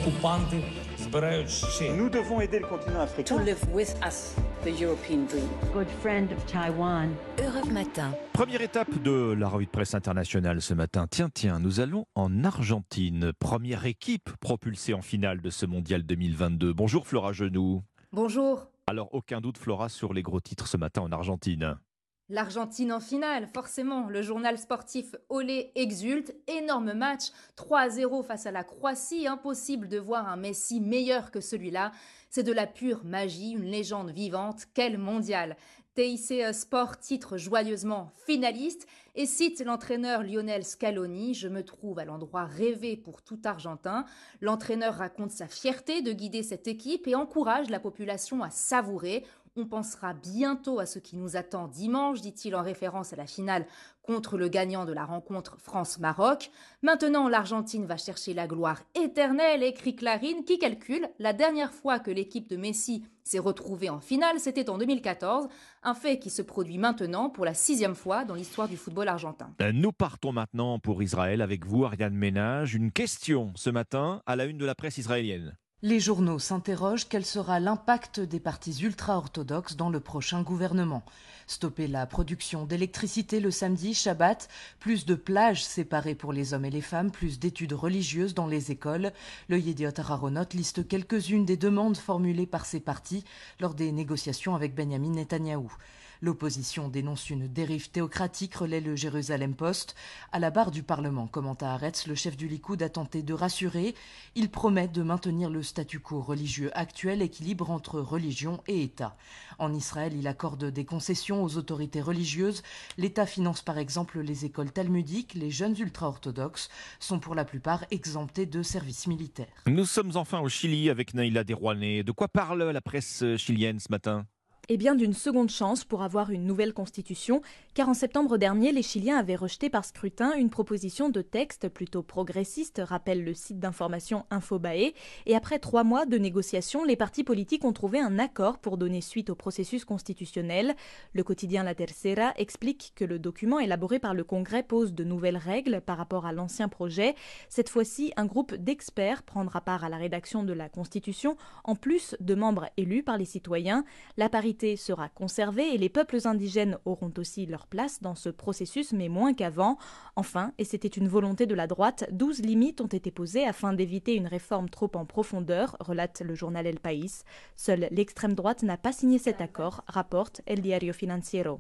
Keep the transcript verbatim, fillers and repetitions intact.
окупанти збирають ще. Nous devons aider le continent africain. To live with us the European dream. Good friend of Taiwan. Europe Matin. Première étape de la revue de presse internationale ce matin. Tiens, tiens, nous allons en Argentine. Première équipe propulsée en finale de ce mondial deux mille vingt-deux. Bonjour Flora Genoux. Bonjour. Alors, aucun doute Flora sur les gros titres ce matin en Argentine. L'Argentine en finale, forcément. Le journal sportif Olé exulte. Énorme match. trois à zéro face à la Croatie. Impossible de voir un Messi meilleur que celui-là. C'est de la pure magie, une légende vivante. Quel mondial! T I C Sport titre joyeusement finaliste et cite l'entraîneur Lionel Scaloni. Je me trouve à l'endroit rêvé pour tout Argentin. L'entraîneur raconte sa fierté de guider cette équipe et encourage la population à savourer. On pensera bientôt à ce qui nous attend dimanche, dit-il en référence à la finale contre le gagnant de la rencontre France-Maroc. Maintenant, l'Argentine va chercher la gloire éternelle, écrit Clarín, qui calcule la dernière fois que l'équipe de Messi s'est retrouvée en finale, c'était en deux mille quatorze, un fait qui se produit maintenant pour la sixième fois dans l'histoire du football argentin. Nous partons maintenant pour Israël avec vous, Ariane Ménage. Une question ce matin à la une de la presse israélienne. Les journaux s'interrogent quel sera l'impact des partis ultra-orthodoxes dans le prochain gouvernement. Stopper la production d'électricité le samedi, Shabbat, plus de plages séparées pour les hommes et les femmes, plus d'études religieuses dans les écoles. Le Yediot Aharonot liste quelques-unes des demandes formulées par ces partis lors des négociations avec Benyamin Netanyahou. L'opposition dénonce une dérive théocratique, relaie le Jérusalem Post. À la barre du Parlement, commente Haaretz, le chef du Likoud a tenté de rassurer. Il promet de maintenir le statu quo religieux actuel, équilibre entre religion et État. En Israël, il accorde des concessions aux autorités religieuses. L'État finance par exemple les écoles talmudiques. Les jeunes ultra-orthodoxes sont pour la plupart exemptés de services militaires. Nous sommes enfin au Chili avec Naïla Derouané. De quoi parle la presse chilienne ce matin ? Eh bien, d'une seconde chance pour avoir une nouvelle constitution, car en septembre dernier, les Chiliens avaient rejeté par scrutin une proposition de texte plutôt progressiste, rappelle le site d'information Infobae, et après trois mois de négociations, les partis politiques ont trouvé un accord pour donner suite au processus constitutionnel. Le quotidien La Tercera explique que le document élaboré par le Congrès pose de nouvelles règles par rapport à l'ancien projet. Cette fois-ci, un groupe d'experts prendra part à la rédaction de la Constitution, en plus de membres élus par les citoyens. La parité sera conservée et les peuples indigènes auront aussi leur place dans ce processus, mais moins qu'avant. Enfin, et c'était une volonté de la droite, douze limites ont été posées afin d'éviter une réforme trop en profondeur, relate le journal El País. Seule l'extrême droite n'a pas signé cet accord, rapporte El Diario Financiero.